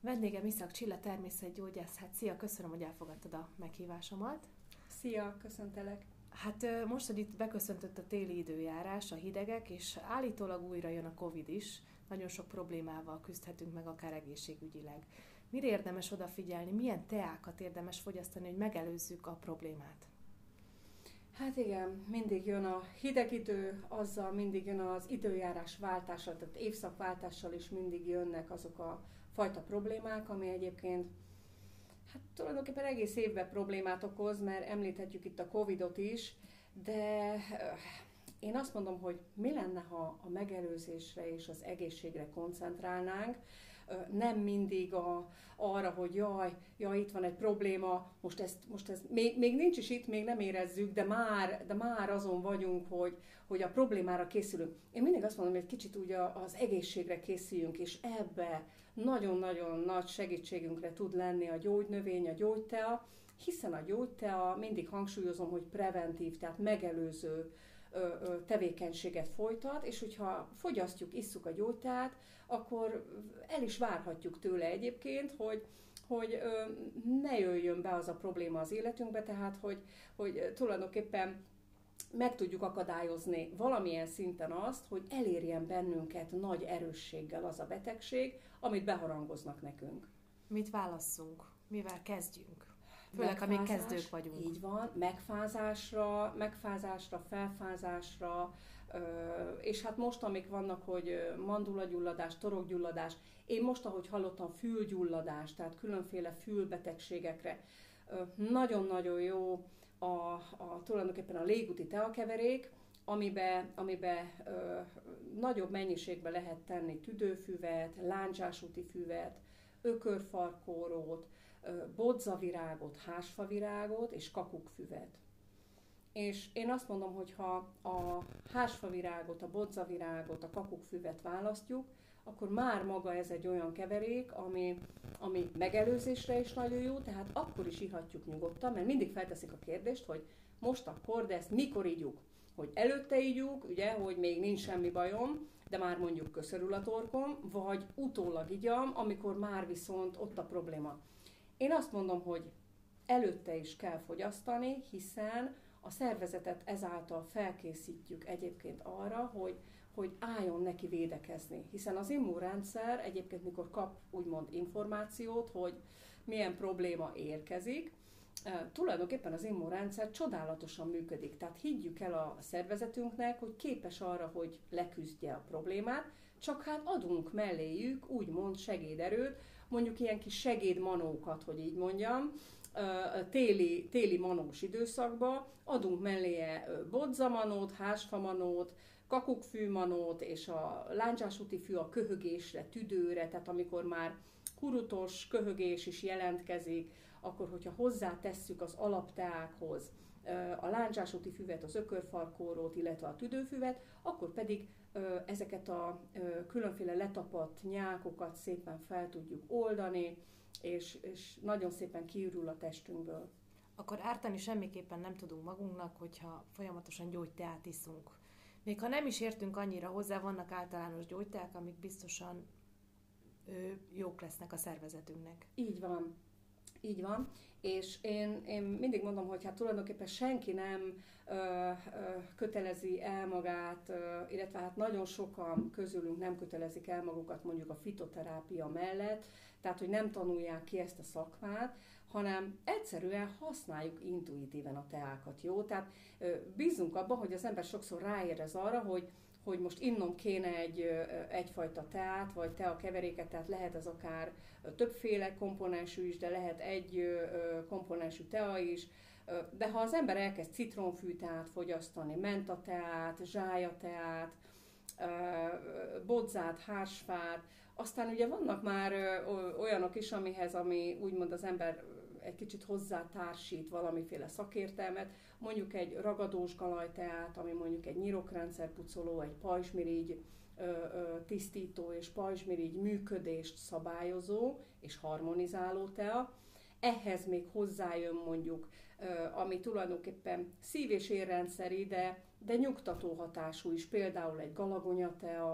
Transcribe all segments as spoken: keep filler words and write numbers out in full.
Vendégem Iszak Csilla, természetgyógyász. Hát szia, köszönöm, hogy elfogadtad a meghívásomat. Szia, köszöntelek! Hát most, hogy itt beköszöntött a téli időjárás, a hidegek, és állítólag újra jön a Covid is, nagyon sok problémával küzdhetünk meg, akár egészségügyileg. Mire érdemes odafigyelni, milyen teákat érdemes fogyasztani, hogy megelőzzük a problémát? Hát igen, mindig jön a hideg idő, azzal mindig jön az időjárás váltással, tehát évszakváltással is mindig jönnek azok a fajta problémák, ami egyébként hát tulajdonképpen egész évben problémát okoz, mert említhetjük itt a Covidot is, de én azt mondom, hogy mi lenne, ha a megelőzésre és az egészségre koncentrálnánk, nem mindig a, arra, hogy jaj, jaj, itt van egy probléma, most ezt, most ez még, még nincs is itt, még nem érezzük, de már, de már azon vagyunk, hogy, hogy a problémára készülünk. Én mindig azt mondom, hogy egy kicsit úgy az egészségre készüljünk, és ebbe nagyon-nagyon nagy segítségünkre tud lenni a gyógynövény, a gyógytea, hiszen a gyógytea, mindig hangsúlyozom, hogy preventív, tehát megelőző tevékenységet folytat, és hogyha fogyasztjuk, isszuk a gyógyteát, akkor el is várhatjuk tőle egyébként, hogy, hogy ne jöjjön be az a probléma az életünkbe, tehát hogy, hogy tulajdonképpen meg tudjuk akadályozni valamilyen szinten azt, hogy elérjen bennünket nagy erősséggel az a betegség, amit beharangoznak nekünk. Mit válasszunk? Mivel kezdjünk? Főleg, ha még kezdők vagyunk. Így van, megfázásra, megfázásra, felfázásra, és hát most, amik vannak, hogy mandulagyulladás, torokgyulladás, én most, ahogy hallottam, fülgyulladás, tehát különféle fülbetegségekre, nagyon-nagyon jó a, a, tulajdonképpen a légúti teakeverék, amiben amibe, ö, nagyobb mennyiségben lehet tenni tüdőfüvet, lándzsásúti füvet, ökörfarkórót, bodzavirágot, hásfavirágot és kakukfüvet. És én azt mondom, hogy ha a hásfavirágot, a bodzavirágot, a kakukfüvet választjuk, akkor már maga ez egy olyan keverék, ami, ami megelőzésre is nagyon jó, tehát akkor is ihatjuk nyugodtan, mert mindig felteszik a kérdést, hogy most akkor, de ezt mikor ígyuk? Hogy előtte ígyuk, ugye, hogy még nincs semmi bajom, de már mondjuk köszörül a torkom, vagy utólag igyam, amikor már viszont ott a probléma. Én azt mondom, hogy előtte is kell fogyasztani, hiszen a szervezetet ezáltal felkészítjük egyébként arra, hogy, hogy álljon neki védekezni. Hiszen az immunrendszer egyébként, mikor kap úgymond információt, hogy milyen probléma érkezik, tulajdonképpen az immunrendszer csodálatosan működik. Tehát higgyük el a szervezetünknek, hogy képes arra, hogy leküzdje a problémát, csak hát adunk melléjük úgymond segéderőt, mondjuk ilyen kis segédmanókat, hogy így mondjam, téli, téli manós időszakban adunk melléje bodzamanót, hásfamanót, kakukkfűmanót és a lándzsásúti fű a köhögésre, tüdőre, tehát amikor már kurutos köhögés is jelentkezik, akkor hogyha hozzátesszük az alapteákhoz a lándzsásúti füvet, az ökörfarkórót, illetve a tüdőfüvet, akkor pedig ezeket a különféle letapadt nyákokat szépen fel tudjuk oldani, és, és nagyon szépen kiürül a testünkből. Akkor ártani semmiképpen nem tudunk magunknak, hogyha folyamatosan gyógyteát iszunk. Még ha nem is értünk annyira hozzá, vannak általános gyógyteák, amik biztosan ö, jók lesznek a szervezetünknek. Így van. Így van, és én, én mindig mondom, hogy hát tulajdonképpen senki nem ö, ö, kötelezi el magát, ö, illetve hát nagyon sokan közülünk nem kötelezik el magukat mondjuk a fitoterápia mellett, tehát hogy nem tanulják ki ezt a szakmát, hanem egyszerűen használjuk intuitíven a teákat, jó? Tehát ö, bízunk abban, hogy az ember sokszor ráérez arra, hogy hogy most innom kéne egy, egyfajta teát, vagy teakeveréket, tehát lehet ez akár többféle komponensű is, de lehet egy komponensű tea is, de ha az ember elkezd citronfűteát fogyasztani, mentateát, zsájateát, bodzát, hársfát, aztán ugye vannak már olyanok is, amihez, ami úgymond az ember egy kicsit hozzátársít valamiféle szakértelmet, mondjuk egy ragadós galajteát, ami mondjuk egy nyirokrendszerpucoló, egy pajzsmirigy tisztító és pajzsmirigy működést szabályozó és harmonizáló tea. Ehhez még hozzájön mondjuk, ami tulajdonképpen szív- és érrendszeri, de, de nyugtató hatású is, például egy galagonyatea,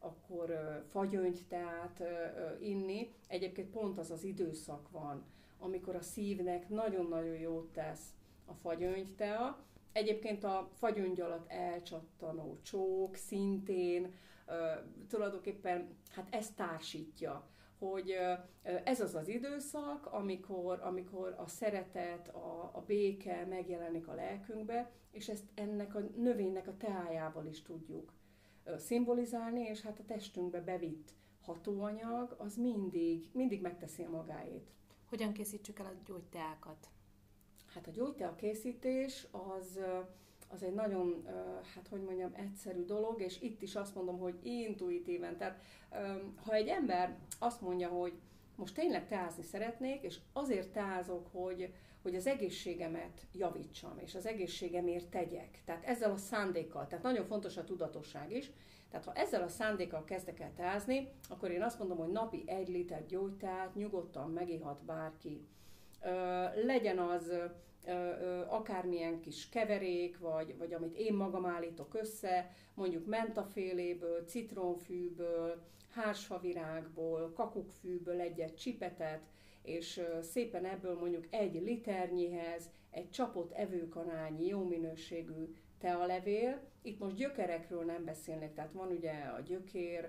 akkor fagyöngyteát inni. Egyébként pont az az időszak van, amikor a szívnek nagyon-nagyon jót tesz a fagyöngytea. Egyébként a fagyöngy alatt elcsattanó csók szintén tulajdonképpen hát ezt társítja, hogy ez az az időszak, amikor, amikor a szeretet, a, a béke megjelenik a lelkünkbe, és ezt ennek a növénynek a teájával is tudjuk szimbolizálni, és hát a testünkbe bevitt hatóanyag az mindig, mindig megteszi a magáét. Hogyan készítsük el a gyógyteákat? Hát a gyógytea készítés az, az egy nagyon, hát hogy mondjam, egyszerű dolog, és itt is azt mondom, hogy intuitíven. Tehát ha egy ember azt mondja, hogy most tényleg teázni szeretnék, és azért teázok, hogy, hogy az egészségemet javítsam, és az egészségemért tegyek. Tehát ezzel a szándékkal, tehát nagyon fontos a tudatosság is. Tehát ha ezzel a szándékkal kezdek el teázni, akkor én azt mondom, hogy napi egy liter gyógyteát nyugodtan megihat bárki. Legyen az akármilyen kis keverék, vagy, vagy amit én magam állítok össze, mondjuk mentaféléből, citronfűből, hársfavirágból, kakukkfűből egyet csipetet, és szépen ebből mondjuk egy liternyihez egy csapott evőkanálnyi jó minőségű tealevél. Itt most gyökerekről nem beszélnek, tehát van ugye a gyökér,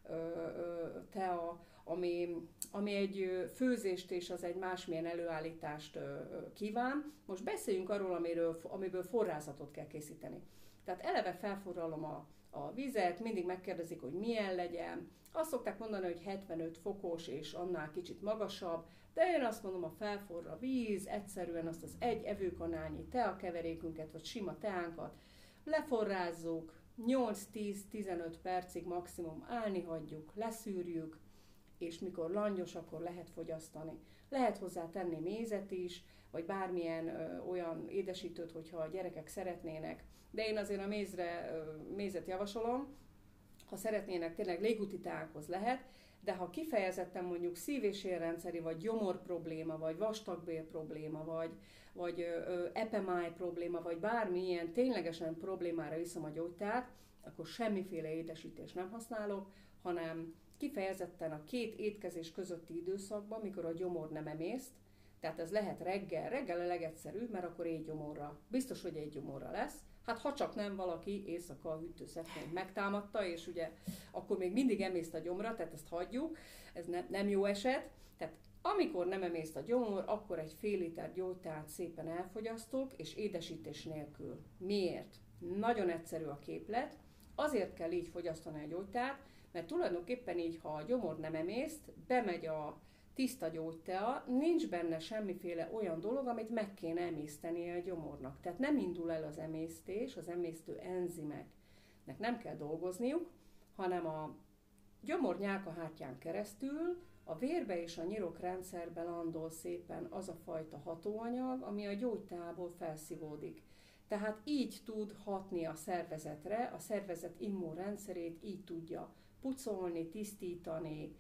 tea, ami, ami egy főzést és az egy másmilyen előállítást kíván. Most beszéljünk arról, amiről, amiből forrázatot kell készíteni. Tehát eleve felforralom a, a vizet, mindig megkérdezik, hogy milyen legyen. Azt szokták mondani, hogy hetvenöt fokos és annál kicsit magasabb, de én azt mondom, a felforra a víz, egyszerűen azt az egy evőkanálnyi teakeverékünket, vagy sima teánkat leforrázzuk, nyolc-tíz-tizenöt percig maximum állni hagyjuk, leszűrjük, és mikor langyos, akkor lehet fogyasztani. Lehet hozzá tenni mézet is, vagy bármilyen ö, olyan édesítőt, hogyha a gyerekek szeretnének. De én azért a mézre, ö, mézet javasolom, ha szeretnének, tényleg légúti teákhoz lehet, de ha kifejezetten mondjuk szív- és érrendszeri, vagy gyomor probléma, vagy vastagbél probléma, vagy, vagy ö, epemály probléma, vagy bármilyen ténylegesen problémára iszom a gyógyteát, akkor semmiféle édesítést nem használok, hanem kifejezetten a két étkezés közötti időszakban, mikor a gyomor nem emészt, tehát ez lehet reggel, reggel a legegyszerűbb, mert akkor éjgyomorra, biztos, hogy éjgyomorra lesz. Hát ha csak nem valaki éjszaka a hűtőszekrényt megtámadta, és ugye akkor még mindig emészt a gyomra, tehát ezt hagyjuk, ez ne, nem jó eset. Tehát amikor nem emészt a gyomor, akkor egy fél liter gyógyteát szépen elfogyasztok, és édesítés nélkül. Miért? Nagyon egyszerű a képlet, azért kell így fogyasztani a gyógyteát, mert tulajdonképpen így, ha a gyomor nem emészt, bemegy a tiszta gyógytea, nincs benne semmiféle olyan dolog, amit meg kéne emésztenie a gyomornak. Tehát nem indul el az emésztés, az emésztő enzimeknek nem kell dolgozniuk, hanem a gyomor nyálkahártyán keresztül a vérbe és a nyirokrendszerbe landol szépen az a fajta hatóanyag, ami a gyógyteából felszívódik. Tehát így tud hatni a szervezetre, a szervezet immunrendszerét így tudja pucolni, tisztítani,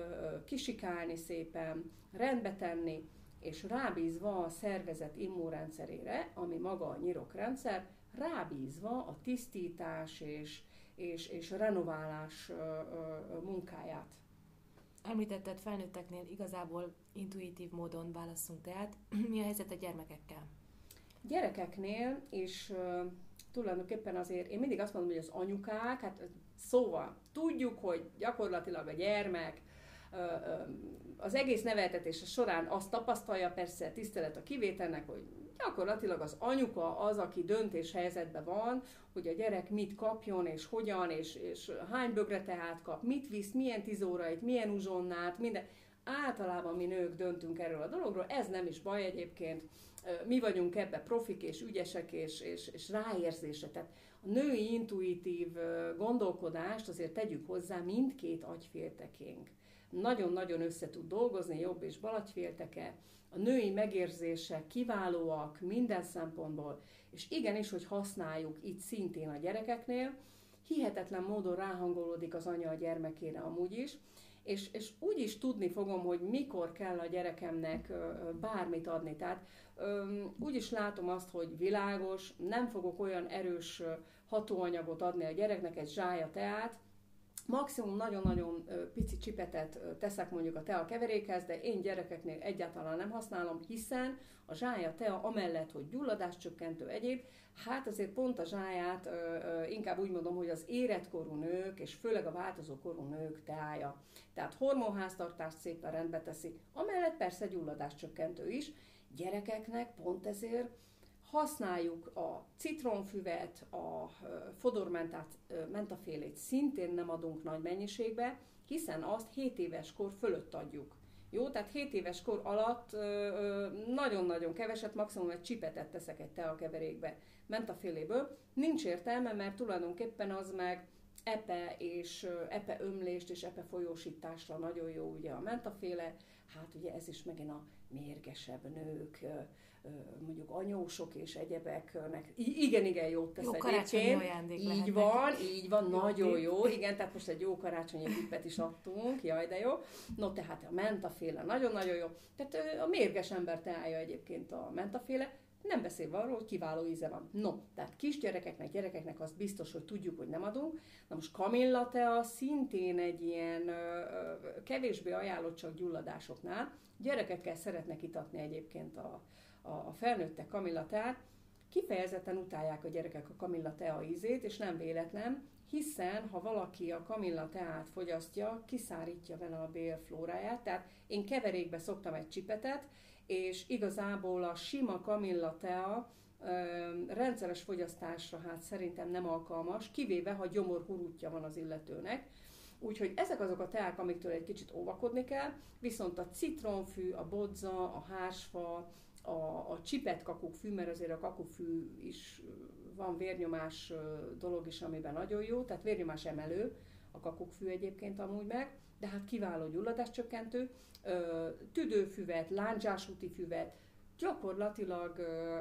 kisikálni szépen, rendbe tenni, és rábízva a szervezet immunrendszerére, ami maga a nyirokrendszer, rábízva a tisztítás és, és, és renoválás munkáját. Említetted, felnőtteknél igazából intuitív módon válasszunk teát. Mi a helyzet a gyermekekkel? Gyerekeknél is uh, tulajdonképpen azért, én mindig azt mondom, hogy az anyukák, hát szóval tudjuk, hogy gyakorlatilag a gyermek uh, uh, az egész neveltetése során azt tapasztalja, persze tisztelet a kivételnek, hogy gyakorlatilag az anyuka az, aki döntéshelyzetben van, hogy a gyerek mit kapjon, és hogyan, és, és hány bögreteát kap, mit visz, milyen tízórait, milyen uzsonnát, minden. Általában mi nők döntünk erről a dologról, ez nem is baj egyébként, mi vagyunk ebbe profik és ügyesek és, és, és ráérzésre. Tehát a női intuitív gondolkodást azért tegyük hozzá mindkét agyféltekénk. Nagyon-nagyon össze tud dolgozni, jobb és bal agyfélteke, a női megérzések kiválóak minden szempontból, és igenis, hogy használjuk itt szintén a gyerekeknél, hihetetlen módon ráhangolódik az anya a gyermekére amúgy is, és, és úgy is tudni fogom, hogy mikor kell a gyerekemnek bármit adni. Tehát úgy is látom azt, hogy világos, nem fogok olyan erős hatóanyagot adni a gyereknek, egy zsája teát, Maximum nagyon-nagyon pici csipetet teszek mondjuk a tea keverékhez, de én gyerekeknél egyáltalán nem használom, hiszen a zsája tea amellett, hogy gyulladáscsökkentő egyéb, hát azért pont a zsáját ö, ö, inkább úgy mondom, hogy az érettkorú nők, és főleg a változó korú nők teája. Tehát hormonháztartást szépen rendbe teszi, amellett persze gyulladáscsökkentő is. Gyerekeknek pont ezért használjuk a citronfüvet, a fodormentát, mentafélét szintén nem adunk nagy mennyiségbe, hiszen azt hét éves kor fölött adjuk. Jó, tehát hét éves kor alatt nagyon-nagyon keveset, maximum egy csipetet teszek egy teakeverékbe mentaféléből. Nincs értelme, mert tulajdonképpen az meg epe és epe ömlést és epe folyósításra nagyon jó ugye a mentaféle. Hát ugye ez is megint a mérgesebb nők, mondjuk anyósok és egyebeknek igen, igen jót tesz jó egyébként. Így van, neki. így van, jó nagyon tipp. jó. Igen, tehát most egy jó karácsonyi tippet is adtunk, jaj de jó. No, tehát a mentaféle nagyon-nagyon jó. Tehát a mérges ember teája egyébként a mentaféle, nem beszélve arról, hogy kiváló íze van. No, tehát kisgyerekeknek, gyerekeknek azt biztos, hogy tudjuk, hogy nem adunk. Na most kamilla tea szintén egy ilyen ö, ö, kevésbé ajánlott csak gyulladásoknál. Gyerekekkel szeretnek itatni egyébként a, a, a felnőttek kamilla teát. Kifejezetten utálják a gyerekek a kamilla tea ízét, és nem véletlen, hiszen ha valaki a kamilla teát fogyasztja, kiszárítja vele a bélflóráját. Tehát én keverékbe szoktam egy csipetet, és igazából a sima kamilla tea ö, rendszeres fogyasztásra hát szerintem nem alkalmas, kivéve, ha gyomorhurutja van az illetőnek. Úgyhogy ezek azok a teák, amiktől egy kicsit óvakodni kell, viszont a citronfű, a bodza, a hársfa, a, a csipet kakukkfű, mert azért a kakukkfű is van vérnyomás dolog is, amiben nagyon jó, tehát vérnyomás emelő a kakukkfű egyébként amúgy meg, de hát kiváló gyulladáscsökkentő, tüdőfüvet, lándzsásúti füvet, gyakorlatilag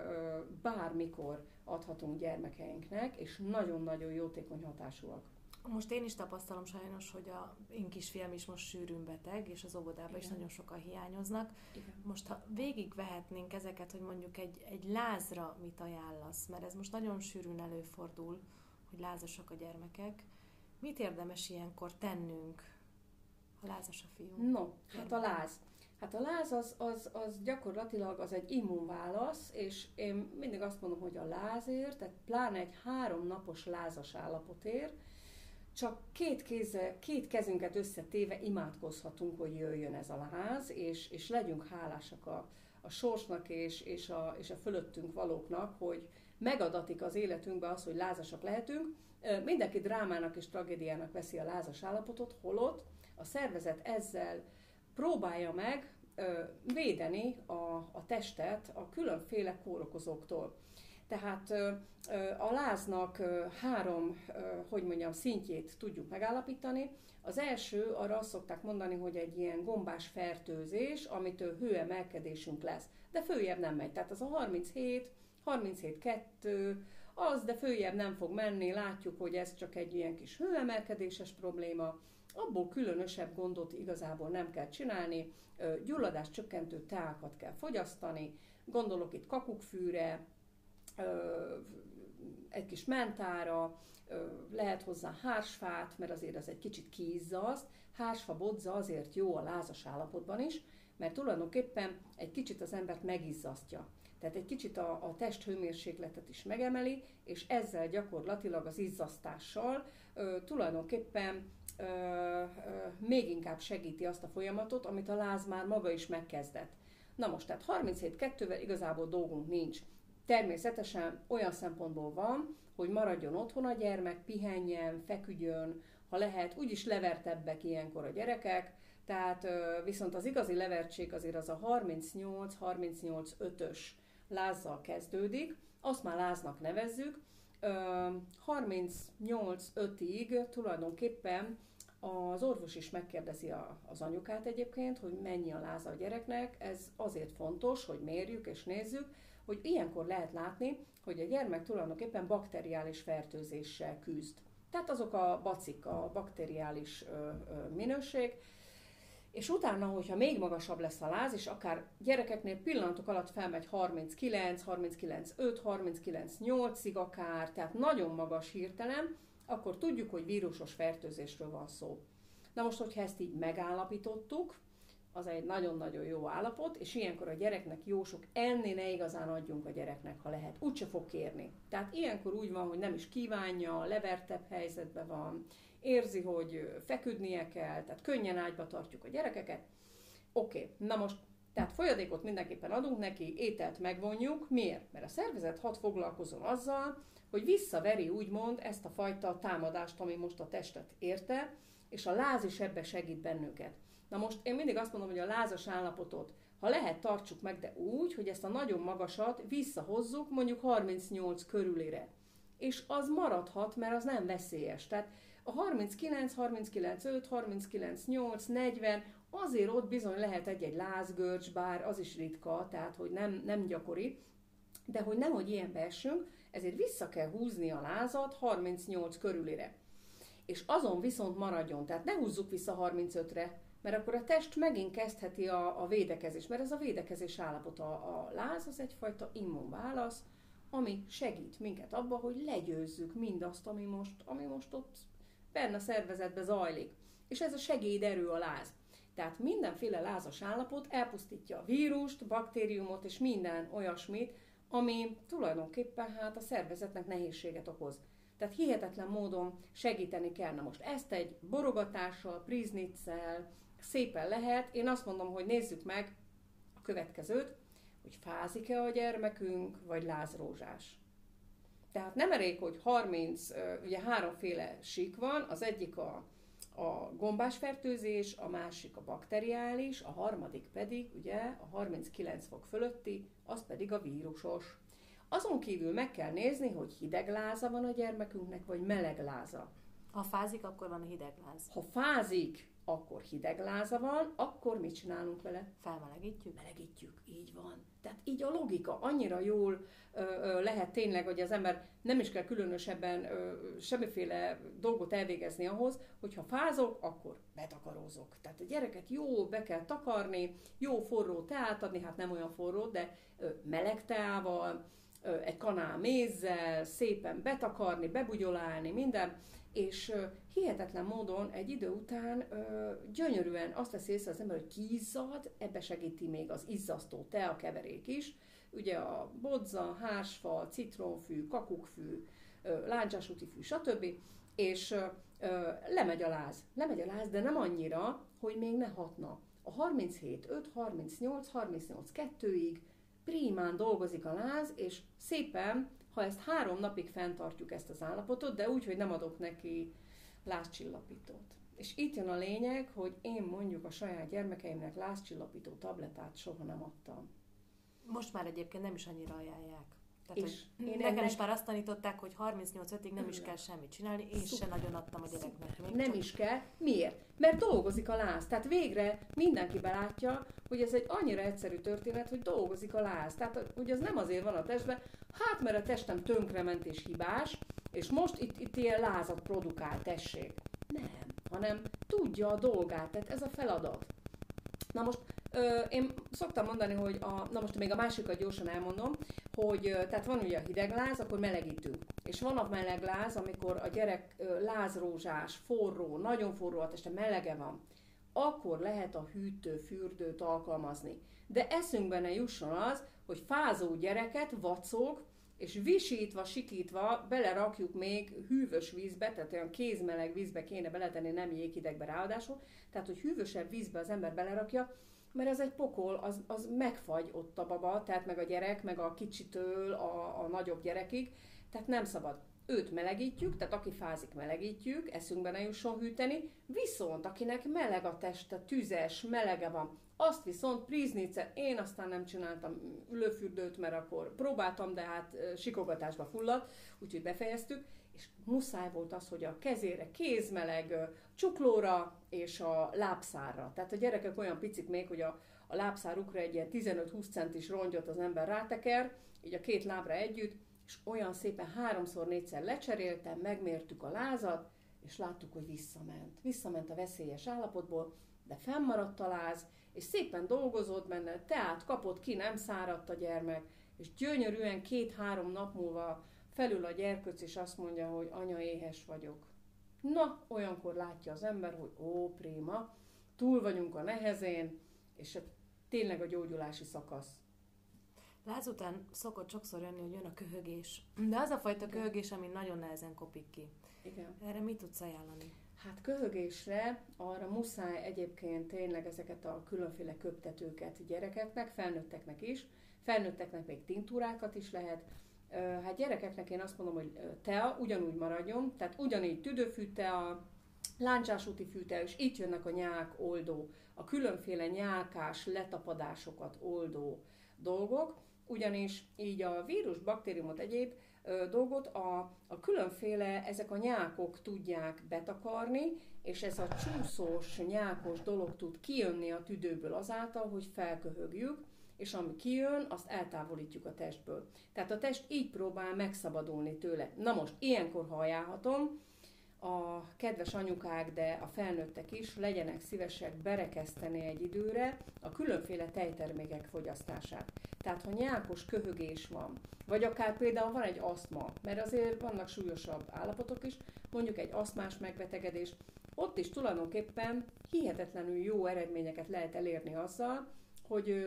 bármikor adhatunk gyermekeinknek, és nagyon-nagyon jótékony hatásúak. Most én is tapasztalom sajnos, hogy a én kisfiam is most sűrűn beteg, és az óvodában is nagyon sokan hiányoznak. Igen. Most ha végigvehetnénk ezeket, hogy mondjuk egy, egy lázra mit ajánlasz, mert ez most nagyon sűrűn előfordul, hogy lázasak a gyermekek. Mit érdemes ilyenkor tennünk, ha lázas a fiú? No, hát a láz. Hát a láz az, az, az gyakorlatilag az egy immunválasz, és én mindig azt mondom, hogy a lázért, tehát pláne egy három napos lázas állapotért, csak két, kézzel, két kezünket összetéve imádkozhatunk, hogy jöjjön ez a láz, és, és legyünk hálásak a, a sorsnak és, és, a, és a fölöttünk valóknak, hogy megadatik az életünkbe az, hogy lázasak lehetünk. Mindenki drámának és tragédiának veszi a lázas állapotot, holott a szervezet ezzel próbálja meg védeni a, a testet a különféle kórokozóktól. Tehát a láznak három, hogy mondjam, szintjét tudjuk megállapítani. Az első, arra azt szokták mondani, hogy egy ilyen gombás fertőzés, amitől hőemelkedésünk lesz. De följebb nem megy. Tehát az a harminchét, harminchét kettő, az, de följebb nem fog menni, látjuk, hogy ez csak egy ilyen kis hőemelkedéses probléma. Abból különösebb gondot igazából nem kell csinálni, gyulladás csökkentő teákat kell fogyasztani, gondolok itt kakukkfűre, egy kis mentára, lehet hozzá hársfát, mert azért az egy kicsit kiizzaszt. Hársfa, bodza azért jó a lázas állapotban is, mert tulajdonképpen egy kicsit az embert megizzasztja. Tehát egy kicsit a, a testhőmérsékletet is megemeli, és ezzel gyakorlatilag az izzasztással ö, tulajdonképpen ö, ö, még inkább segíti azt a folyamatot, amit a láz már maga is megkezdett. Na most, tehát harminchét kettővel igazából dolgunk nincs. Természetesen olyan szempontból van, hogy maradjon otthon a gyermek, pihenjen, feküdjön, ha lehet, úgyis levertebbek ilyenkor a gyerekek, tehát viszont az igazi levertség azért az a harmincnyolc harmincnyolc ötös lázzal kezdődik, azt már láznak nevezzük, harmincnyolc ötig tulajdonképpen az orvos is megkérdezi az anyukát egyébként, hogy mennyi a láza a gyereknek, ez azért fontos, hogy mérjük és nézzük, hogy ilyenkor lehet látni, hogy a gyermek tulajdonképpen bakteriális fertőzéssel küzd. Tehát azok a bacik, a bakteriális ö, ö, minőség, és utána, hogyha még magasabb lesz a láz, és akár gyerekeknél pillanatok alatt felmegy harminckilenc, harminckilenc öt, harminckilenc nyolcig akár, tehát nagyon magas hirtelen, akkor tudjuk, hogy vírusos fertőzésről van szó. Na most, hogyha ezt így megállapítottuk, az egy nagyon-nagyon jó állapot, és ilyenkor a gyereknek jó sok enni ne igazán adjunk a gyereknek, ha lehet. Úgyse fog kérni. Tehát ilyenkor úgy van, hogy nem is kívánja, levertebb helyzetben van, érzi, hogy feküdnie kell, tehát könnyen ágyba tartjuk a gyerekeket. Oké, okay. Na most, tehát folyadékot mindenképpen adunk neki, ételt megvonjuk. Miért? Mert a szervezet hadd foglalkozom azzal, hogy visszaveri úgymond ezt a fajta támadást, ami most a testet érte, és a láz is ebbe segít bennünket. Na most én mindig azt mondom, hogy a lázas állapotot, ha lehet, tartsuk meg, de úgy, hogy ezt a nagyon magasat visszahozzuk mondjuk harmincnyolc körülire. És az maradhat, mert az nem veszélyes. Tehát a harminckilenc, harminckilenc öt, harminckilenc nyolc, negyven, azért ott bizony lehet egy-egy lázgörcs, bár az is ritka, tehát hogy nem, nem gyakori, de hogy nehogy ilyenbe essünk, ezért vissza kell húzni a lázat harmincnyolc körülire. És azon viszont maradjon, tehát ne húzzuk vissza harmincötre, mert akkor a test megint kezdheti a, a védekezés, mert ez a védekezés állapota. A láz az egyfajta immunválasz, ami segít minket abba, hogy legyőzzük mindazt, ami most, ami most ott benne a szervezetben zajlik. És ez a segéderő a láz. Tehát mindenféle lázas állapot elpusztítja a vírust, baktériumot és minden olyasmit, ami tulajdonképpen hát a szervezetnek nehézséget okoz. Tehát hihetetlen módon segíteni kell. Na most ezt egy borogatással, Priznitzel szépen lehet. Én azt mondom, hogy nézzük meg a következőt, hogy fázik-e a gyermekünk, vagy lázrózsás. Tehát nem elég, hogy harminc, ugye háromféle sík van, az egyik a, a gombásfertőzés, a másik a bakteriális, a harmadik pedig ugye a harminckilenc fok fölötti, az pedig a vírusos. Azon kívül meg kell nézni, hogy hideg láza van a gyermekünknek, vagy meleg láza. Ha fázik, akkor van a hideg láz. Ha fázik, akkor hideg láza van, akkor mit csinálunk vele? Felmelegítjük? Melegítjük, így van. Tehát így a logika annyira jól ö, ö, lehet tényleg, hogy az ember nem is kell különösebben ö, semmiféle dolgot elvégezni ahhoz, hogyha fázok, akkor betakarózok. Tehát a gyereket jó be kell takarni, jó forró teát adni, hát nem olyan forró, de ö, meleg teával, ö, egy kanál mézzel, szépen betakarni, bebugyolálni, minden, és ö, hihetetlen módon egy idő után ö, gyönyörűen azt veszi észre az ember, hogy kiizzad, ebbe segíti még az izzasztó tea keverék is. Ugye a bodza, hársfa, citronfű, kakukkfű, láncsásútifű, stb. És ö, ö, lemegy a láz. Lemegy a láz, de nem annyira, hogy még ne hatna. A harminchét öt, harmincnyolc, harmincnyolc kettőig prímán dolgozik a láz, és szépen, ha ezt három napig fenntartjuk ezt az állapotot, de úgy, hogy nem adok neki lázcsillapítót. És itt jön a lényeg, hogy én mondjuk a saját gyermekeimnek lázcsillapító tabletát soha nem adtam. Most már egyébként nem is annyira ajánlják. Tehát, És én én nekem ennek... is már azt tanították, hogy harmincnyolc ötig nem is kell semmit csinálni, én Szuper. se nagyon adtam a gyereknek. Még Nem csak... is kell. Miért? Mert dolgozik a láz. Tehát végre mindenki belátja, hogy ez egy annyira egyszerű történet, hogy dolgozik a láz. Tehát hogy az nem azért van a testben, hát mert a testem tönkrement és hibás, és most itt, itt ilyen lázat produkál, tessék. Nem, hanem tudja a dolgát, tehát ez a feladat. Na most ö, én szoktam mondani, hogy a, na most még a másikat gyorsan elmondom, hogy ö, tehát van ugye a hidegláz, akkor melegítünk. És van a melegláz, amikor a gyerek ö, lázrózsás, forró, nagyon forró a teste, melege van, akkor lehet a hűtő, fürdőt alkalmazni. De eszünkbe ne jusson az, hogy fázó gyereket vacog, és visítva, sikítva belerakjuk még hűvös vízbe, tehát olyan kézmeleg vízbe kéne beletenni, nem jéghidegbe ráadásul, tehát hogy hűvösebb vízbe az ember belerakja, mert ez egy pokol, az, az megfagy ott a baba, tehát meg a gyerek, meg a kicsitől a, a nagyobb gyerekig, tehát nem szabad. Őt melegítjük, tehát aki fázik, melegítjük, eszünkbe ne jusson hűteni, viszont akinek meleg a teste, tüzes, melege van, azt viszont Priznitzel, én aztán nem csináltam ülőfürdőt, mert akkor próbáltam, de hát sikogatásba fulladt, úgyhogy befejeztük, és muszáj volt az, hogy a kezére kézmeleg, csuklóra és a lábszárra. Tehát a gyerekek olyan picik még, hogy a, a lábszárukra egy ilyen tizenöt-húsz centis rongyot az ember ráteker, így a két lábra együtt, és olyan szépen háromszor, négyszer lecseréltem, megmértük a lázat, és láttuk, hogy visszament. Visszament a veszélyes állapotból, de fennmaradt a láz, és szépen dolgozott benne, teát kapott ki, nem száradt a gyermek, és gyönyörűen két-három nap múlva felül a gyerkőc, és azt mondja, hogy anya, éhes vagyok. Na, olyankor látja az ember, hogy ó, préma, túl vagyunk a nehezén, és tényleg a gyógyulási szakasz. Láz után szokott sokszor jönni, hogy jön a köhögés. De az a fajta Igen. köhögés, ami nagyon nehezen kopik ki. Igen. Erre mit tudsz ajánlani? Hát köhögésre arra muszáj egyébként tényleg ezeket a különféle köptetőket gyerekeknek, felnőtteknek is. Felnőtteknek még tinktúrákat is lehet. Hát gyerekeknek én azt mondom, hogy tea ugyanúgy maradjon, tehát ugyanígy tüdőfű tea, láncsásúti fűtea, és itt jönnek a nyák oldó, a különféle nyálkás letapadásokat oldó dolgok, ugyanis így a vírus, baktériumot, egyéb ö, dolgot a, a különféle, ezek a nyákok tudják betakarni, és ez a csúszós, nyákos dolog tud kijönni a tüdőből azáltal, hogy felköhögjük, és ami kijön, azt eltávolítjuk a testből. Tehát a test így próbál megszabadulni tőle. Na most, ilyenkor, ha ajánlhatom, a kedves anyukák, de a felnőttek is legyenek szívesek berekeszteni egy időre a különféle tejtermékek fogyasztását. Tehát ha nyákos köhögés van, vagy akár például van egy asztma, mert azért vannak súlyosabb állapotok is, mondjuk egy asztmás megbetegedés, ott is tulajdonképpen hihetetlenül jó eredményeket lehet elérni azzal, hogy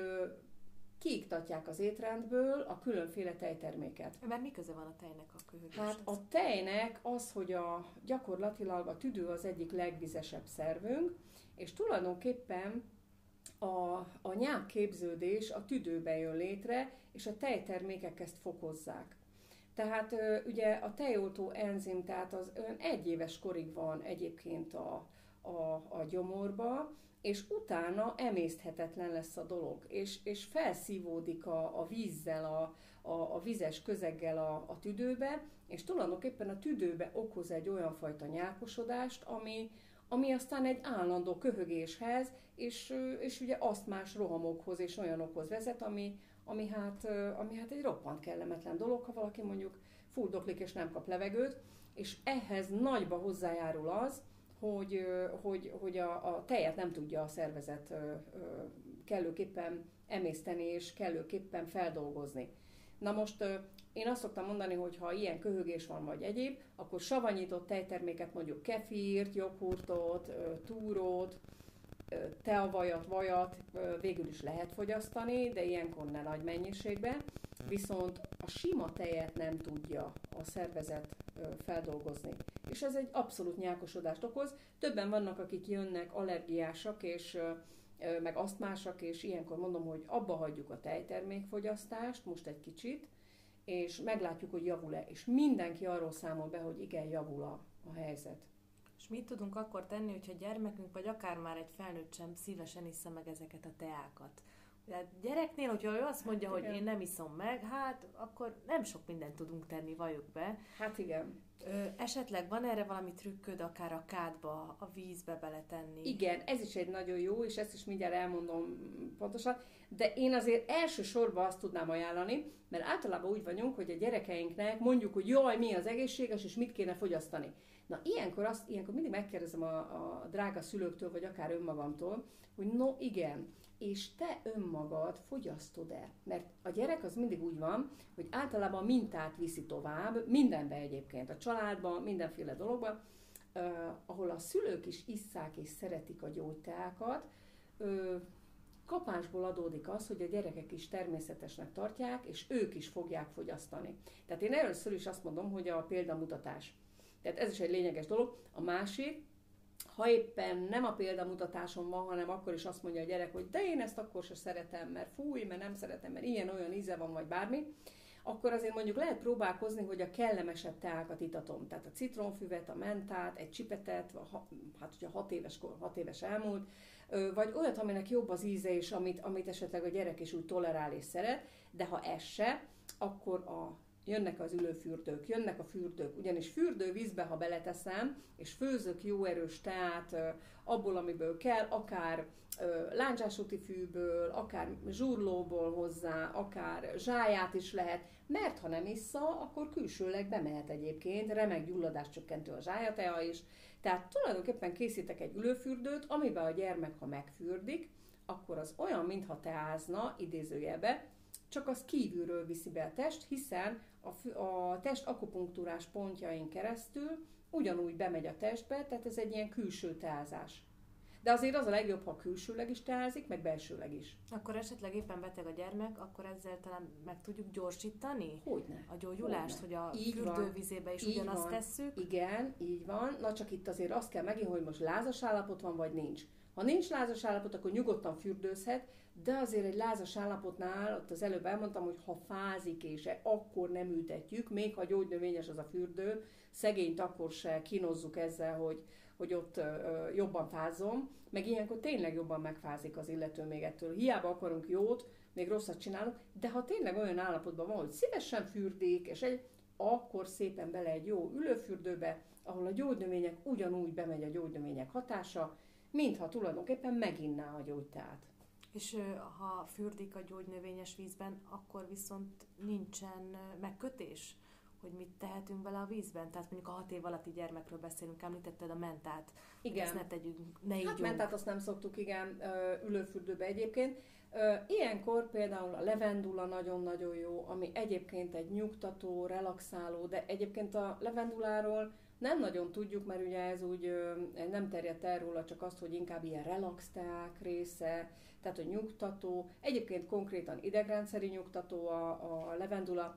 kiiktatják az étrendből a különféle tejterméket. Mert mi köze van a tejnek a köhögéshez? Hát a tejnek az, hogy a, gyakorlatilag a tüdő az egyik legvizesebb szervünk, és tulajdonképpen a, a nyákképződés a tüdőben jön létre, és a tejtermékek ezt fokozzák. Tehát ugye a tejoltó enzim, tehát az ön egy éves korig van egyébként a, a, a gyomorba, és utána emészthetetlen lesz a dolog, és, és felszívódik a, a vízzel, a, a, a vizes közeggel a, a tüdőbe, és tulajdonképpen a tüdőbe okoz egy olyan fajta nyálkosodást, ami, ami aztán egy állandó köhögéshez, és, és ugye asztmás rohamokhoz és olyanokhoz vezet, ami, ami, hát, ami hát egy roppant kellemetlen dolog, ha valaki mondjuk fuldoklik és nem kap levegőt, és ehhez nagyba hozzájárul az, hogy, hogy, hogy a, a tejet nem tudja a szervezet kellőképpen emészteni és kellőképpen feldolgozni. Na most én azt szoktam mondani, hogy ha ilyen köhögés van vagy egyéb, akkor savanyított tejterméket, mondjuk kefírt, joghurtot, túrót, teavajat, vajat végül is lehet fogyasztani, de ilyenkor ne nagy mennyiségben, viszont a sima tejet nem tudja a szervezet feldolgozni. És ez egy abszolút nyálkosodást okoz. Többen vannak, akik jönnek allergiásak és meg asztmásak, és ilyenkor mondom, hogy abba hagyjuk a tejtermékfogyasztást most egy kicsit, és meglátjuk, hogy javul-e. És mindenki arról számol be, hogy igen, javul a, a helyzet. És mit tudunk akkor tenni, hogyha gyermekünk, vagy akár már egy felnőtt sem szívesen issza meg ezeket a teákat? Tehát gyereknél, hogyha ő azt mondja, hát, hogy én nem iszom meg, hát akkor nem sok mindent tudunk tenni, valljuk be. Hát igen. Ö, esetleg van erre valami trükköd, akár a kádba, a vízbe beletenni? Igen, ez is egy nagyon jó, és ezt is mindjárt elmondom pontosan, de én azért elsősorban azt tudnám ajánlani, mert általában úgy vagyunk, hogy a gyerekeinknek mondjuk, hogy jaj, mi az egészséges, és mit kéne fogyasztani. Na, ilyenkor, azt, ilyenkor mindig megkérdezem a, a drága szülőktől, vagy akár önmagamtól, hogy no igen, és te önmagad fogyasztod-e? Mert a gyerek az mindig úgy van, hogy általában a mintát viszi tovább, mindenbe egyébként, a családban, mindenféle dologban, uh, ahol a szülők is isszák és szeretik a gyógyteákat, uh, kapásból adódik az, hogy a gyerekek is természetesnek tartják, és ők is fogják fogyasztani. Tehát én először is azt mondom, hogy a példamutatás. Tehát ez is egy lényeges dolog. A másik, ha éppen nem a példamutatáson van, hanem akkor is azt mondja a gyerek, hogy de én ezt akkor se szeretem, mert fúj, mert nem szeretem, mert ilyen-olyan íze van, vagy bármi, akkor azért mondjuk lehet próbálkozni, hogy a kellemesebb teákat itatom. Tehát a citronfüvet, a mentát, egy csipetet, hát ugye hat éves, hat éves elmúlt, vagy olyat, aminek jobb az íze, és amit, amit esetleg a gyerek is úgy tolerál és szeret, de ha ez se, akkor a jönnek az ülőfürdők, jönnek a fürdők, ugyanis fürdővízbe, ha beleteszem, és főzök jó erős teát abból, amiből kell, akár láncsásúti fűből, akár zsurlóból hozzá, akár zsáját is lehet, mert ha nem issza, akkor külsőleg bemehet egyébként, remek gyulladáscsökkentő a zsájatea is. Tehát tulajdonképpen készítek egy ülőfürdőt, amiben a gyermek, ha megfürdik, akkor az olyan, mintha teázna, idézőjelbe, csak az kívülről viszi be a test, hiszen a, fü- a test akupunktúrás pontjain keresztül ugyanúgy bemegy a testbe, tehát ez egy ilyen külső teázás. De azért az a legjobb, ha külsőleg is teázik, meg belsőleg is. Akkor esetleg éppen beteg a gyermek, akkor ezzel talán meg tudjuk gyorsítani Hogyne. a gyógyulást, Hogyne. hogy a Így fürdővízébe is Így ugyanazt van. tesszük. Igen, így van. Na csak itt azért azt kell megint, hogy most lázas állapot van, vagy nincs. Ha nincs lázas állapot, akkor nyugodtan fürdőzhet, de azért egy lázas állapotnál, ott az előbb elmondtam, hogy ha fázik és akkor nem ültetjük, még ha gyógynövényes az a fürdő, szegényt akkor se kínozzuk ezzel, hogy, hogy ott ö, jobban fázzon, meg ilyenkor tényleg jobban megfázik az illető még ettől. Hiába akarunk jót, még rosszat csinálunk, de ha tényleg olyan állapotban van, hogy szívesen fürdik, és egy, akkor szépen bele egy jó ülőfürdőbe, ahol a gyógynövények ugyanúgy bemegy a gyógynövények hatása, mintha tulajdonképpen meginná a gyógyteát. És ha fürdik a gyógynövényes vízben, akkor viszont nincsen megkötés, hogy mit tehetünk vele a vízben? Tehát mondjuk a hat év alatti gyermekről beszélünk, említetted a mentát. Igen. Ezt ne tegyünk, ne ígyunk. Hát mentát azt nem szoktuk, igen, ülőfürdőbe egyébként. Ilyenkor például a levendula nagyon-nagyon jó, ami egyébként egy nyugtató, relaxáló, de egyébként a levenduláról nem nagyon tudjuk, mert ugye ez úgy nem terjedt el róla, csak azt, hogy inkább ilyen relax teák része, tehát hogy nyugtató, egyébként konkrétan idegrendszeri nyugtató a, a levendula,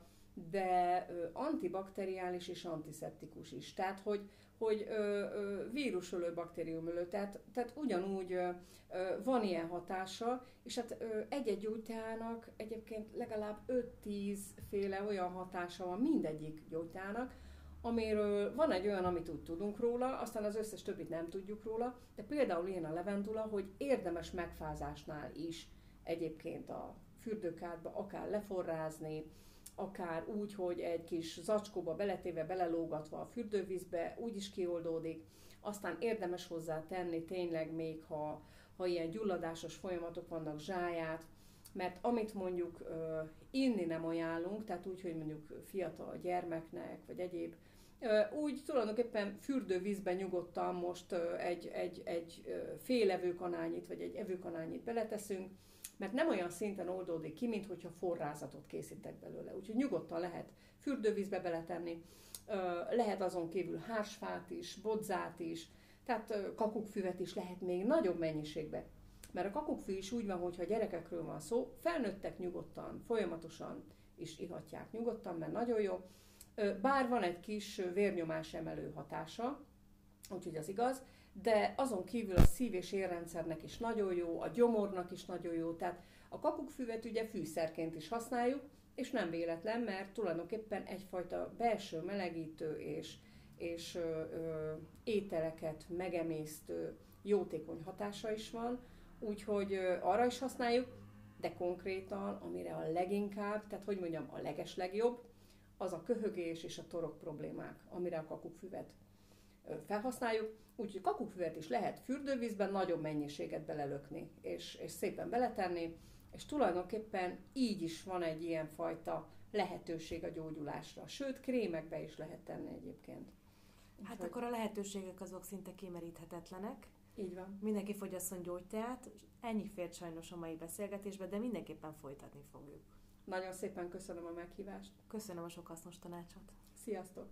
de ö, antibakteriális és antiszeptikus is. Tehát, hogy, hogy ö, ö, vírusölő, baktériumölő, tehát, tehát ugyanúgy ö, ö, van ilyen hatása, és hát ö, egy-egy gyógyteának egyébként legalább öt-tíz féle olyan hatása van mindegyik gyógyteának, amiről van egy olyan, amit úgy tudunk róla, aztán az összes többit nem tudjuk róla, de például ilyen a levendula, hogy érdemes megfázásnál is egyébként a fürdőkádba akár leforrázni, akár úgy, hogy egy kis zacskóba beletéve, belelógatva a fürdővízbe, úgy is kioldódik. Aztán érdemes hozzá tenni tényleg még, ha, ha ilyen gyulladásos folyamatok vannak, zsáját, mert amit mondjuk ö, inni nem ajánlunk, tehát úgy, hogy mondjuk fiatal gyermeknek, vagy egyéb, ö, úgy tulajdonképpen fürdővízben nyugodtan most ö, egy, egy, egy ö, fél evőkanálnyit, vagy egy evőkanálnyit beleteszünk, mert nem olyan szinten oldódik ki, mint hogyha forrázatot készítek belőle. Úgyhogy nyugodtan lehet fürdővízbe beletenni, lehet azon kívül hársfát is, bodzát is, tehát kakukkfüvet is lehet még nagyobb mennyiségbe. Mert a kakukkfű is úgy van, hogyha gyerekekről van szó, felnőttek nyugodtan, folyamatosan is ihatják nyugodtan, mert nagyon jó. Bár van egy kis vérnyomás emelő hatása, úgyhogy az igaz, de azon kívül a szív- és érrendszernek is nagyon jó, a gyomornak is nagyon jó, tehát a kakukkfüvet ugye fűszerként is használjuk, és nem véletlen, mert tulajdonképpen egyfajta belső melegítő és, és ö, ö, ételeket megemésztő jótékony hatása is van, úgyhogy ö, arra is használjuk, de konkrétan, amire a leginkább, tehát hogy mondjam, a legeslegjobb, az a köhögés és a torok problémák, amire a kakukkfüvet felhasználjuk, úgyhogy kakukkfüvet is lehet fürdővízben nagyobb mennyiséget belelökni, és, és szépen beletenni, és tulajdonképpen így is van egy ilyen fajta lehetőség a gyógyulásra. Sőt, krémekbe is lehet tenni egyébként. Hát Úgyhogy... akkor a lehetőségek azok szinte kimeríthetetlenek. Így van. Mindenki fogyasszon gyógyteát, ennyi fért sajnos a mai beszélgetésbe, de mindenképpen folytatni fogjuk. Nagyon szépen köszönöm a meghívást. Köszönöm a sok hasznos tanácsot. Sziasztok!